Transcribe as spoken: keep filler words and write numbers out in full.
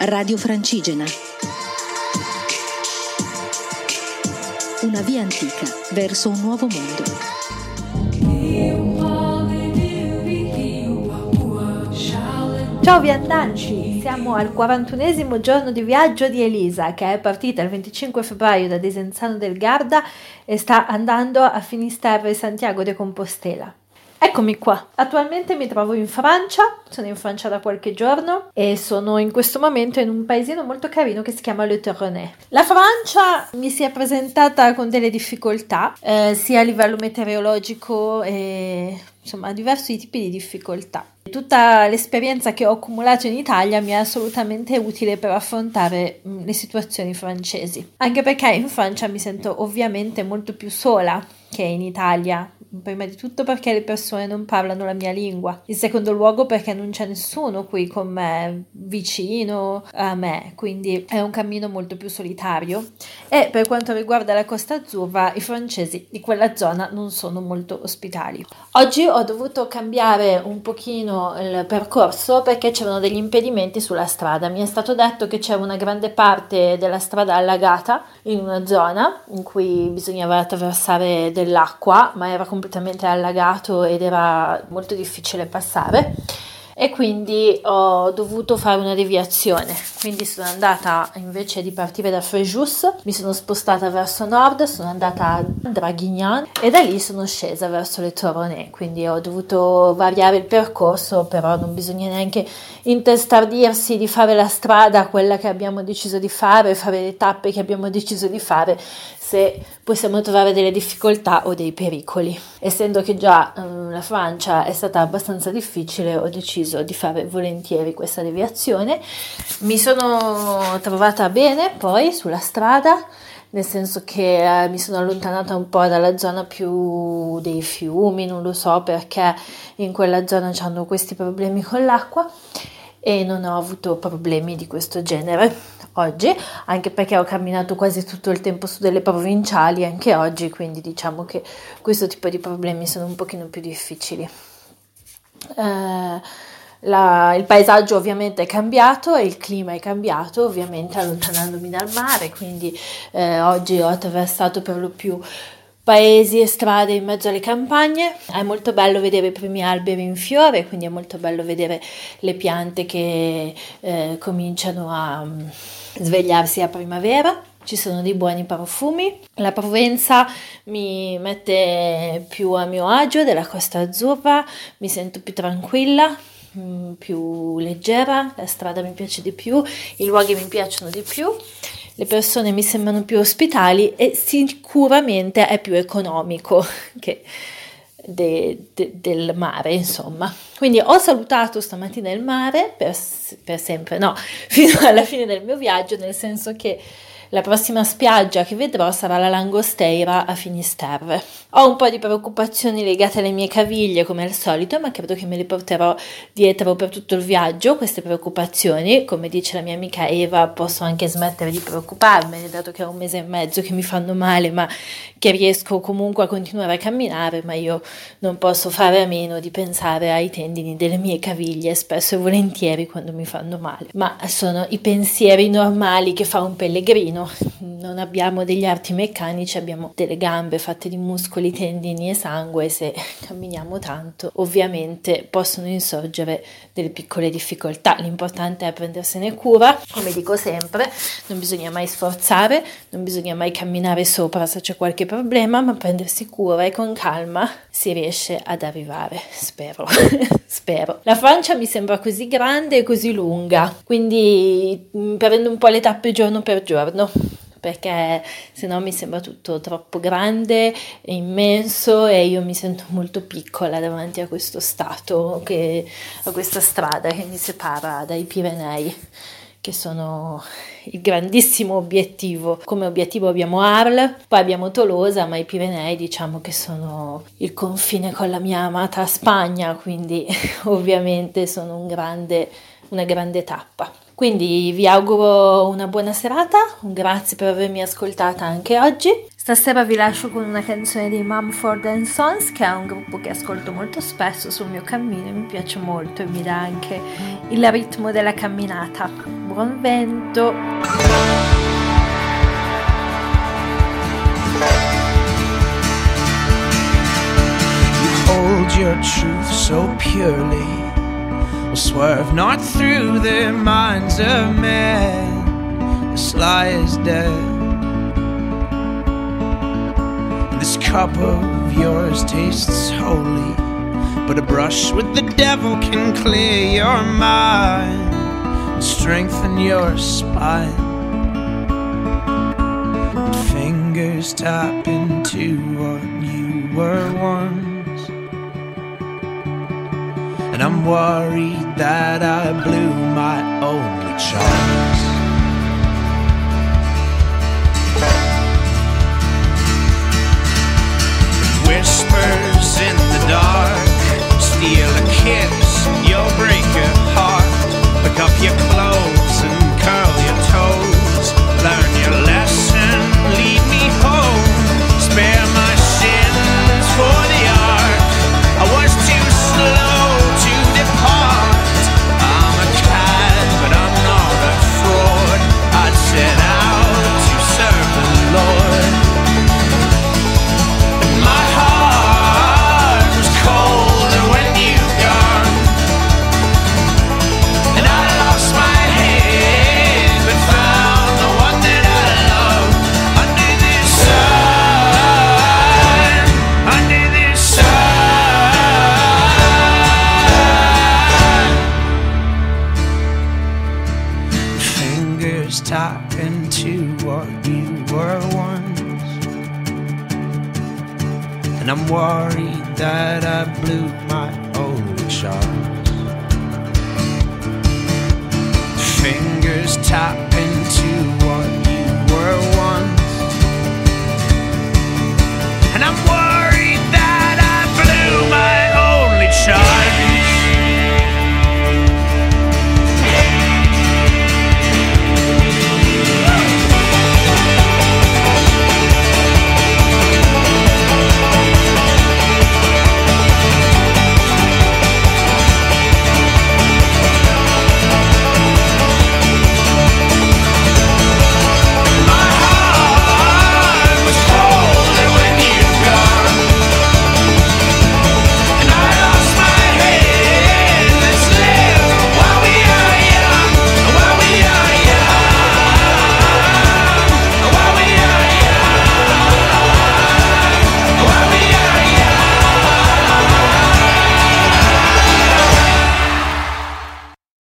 Radio Francigena. Una via antica verso un nuovo mondo. Ciao viandanti, siamo al quarantunesimo giorno di viaggio di Elisa, che è partita il venticinque febbraio da Desenzano del Garda e sta andando a Finisterre e Santiago de Compostela. Eccomi qua, attualmente mi trovo in Francia, sono in Francia da qualche giorno e sono in questo momento in un paesino molto carino che si chiama Le Tournai. La Francia mi si è presentata con delle difficoltà, eh, sia a livello meteorologico e insomma diversi tipi di difficoltà. Tutta l'esperienza che ho accumulato in Italia mi è assolutamente utile per affrontare mh, le situazioni francesi, anche perché in Francia mi sento ovviamente molto più sola che in Italia. Prima di tutto perché le persone non parlano la mia lingua, in secondo luogo perché non c'è nessuno qui con me, vicino a me, quindi è un cammino molto più solitario. E per quanto riguarda la Costa Azzurra, i francesi di quella zona non sono molto ospitali. Oggi ho dovuto cambiare un pochino il percorso perché c'erano degli impedimenti sulla strada. Mi è stato detto che c'era una grande parte della strada allagata in una zona in cui bisognava attraversare dell'acqua, ma era completamente completamente allagato ed era molto difficile passare e quindi ho dovuto fare una deviazione, quindi sono andata, invece di partire da Fréjus, mi sono spostata verso nord, sono andata a Draguignan e da lì sono scesa verso le Tournai, quindi ho dovuto variare il percorso, però non bisogna neanche intestardirsi di fare la strada, quella che abbiamo deciso di fare, fare le tappe che abbiamo deciso di fare, se possiamo trovare delle difficoltà o dei pericoli. Essendo che già eh, la Francia è stata abbastanza difficile, ho deciso di fare volentieri questa deviazione. Mi sono trovata bene poi sulla strada, nel senso che eh, mi sono allontanata un po' dalla zona più dei fiumi, non lo so perché in quella zona hanno questi problemi con l'acqua e non ho avuto problemi di questo genere oggi, anche perché ho camminato quasi tutto il tempo su delle provinciali anche oggi, quindi diciamo che questo tipo di problemi sono un pochino più difficili. Eh, la, il paesaggio ovviamente è cambiato e il clima è cambiato, ovviamente allontanandomi dal mare, quindi eh, oggi ho attraversato per lo più paesi e strade in mezzo alle campagne. È molto bello vedere i primi alberi in fiore, quindi è molto bello vedere le piante che eh, cominciano a svegliarsi a primavera. Ci sono dei buoni profumi. La Provenza mi mette più a mio agio della Costa Azzurra, mi sento più tranquilla, più leggera, la strada mi piace di più, i luoghi mi piacciono di più, le persone mi sembrano più ospitali e sicuramente è più economico che de, de, del mare, insomma. Quindi ho salutato stamattina il mare per, per sempre, no, fino alla fine del mio viaggio, nel senso che la prossima spiaggia che vedrò sarà la Langosteira a Finisterre. Ho un po' di preoccupazioni legate alle mie caviglie come al solito, ma credo che me le porterò dietro per tutto il viaggio, queste preoccupazioni. Come dice la mia amica Eva, posso anche smettere di preoccuparmene, dato che è un mese e mezzo che mi fanno male, ma che riesco comunque a continuare a camminare, ma io non posso fare a meno di pensare ai tendini delle mie caviglie, spesso e volentieri quando mi fanno male. Ma sono i pensieri normali che fa un pellegrino. Non abbiamo degli arti meccanici, abbiamo delle gambe fatte di muscoli, tendini e sangue. Se camminiamo tanto ovviamente possono insorgere delle piccole difficoltà. L'importante è prendersene cura, come dico sempre, non bisogna mai sforzare, non bisogna mai camminare sopra se c'è qualche problema, ma prendersi cura e con calma si riesce ad arrivare, spero. Spero. La Francia mi sembra così grande e così lunga, quindi prendo un po' le tappe giorno per giorno, perché se no mi sembra tutto troppo grande e immenso e io mi sento molto piccola davanti a questo stato, che, a questa strada che mi separa dai Pirenei, che sono il grandissimo obiettivo. Come obiettivo abbiamo Arles, poi abbiamo Tolosa, ma i Pirenei diciamo che sono il confine con la mia amata Spagna, quindi ovviamente sono un grande, una grande tappa. Quindi vi auguro una buona serata, un grazie per avermi ascoltata anche oggi. Stasera vi lascio con una canzone dei Mumford and Sons, che è un gruppo che ascolto molto spesso sul mio cammino e mi piace molto e mi dà anche il ritmo della camminata. Buon vento! Hold your truth so purely, will swerve not through the minds of men. The sly is dead. And this cup of yours tastes holy, but a brush with the devil can clear your mind and strengthen your spine. And fingers tap into what you were once. And I'm worried that I blew my only chance. Whispers in the dark, steal a kiss, you'll break your heart. Pick up your clothes and curl your toes. Learn your lesson, lead me home. Spare my sins for the art. I was too slow to depart. I'm a cat, but I'm not a fraud. I'd set out to serve the Lord. And my heart was colder when you gone. And I lost my head, but found the one that I love. Under this sun, under this sun. Fingers tap into what you were once. And I'm worried that I blew my only chance. Fingers tap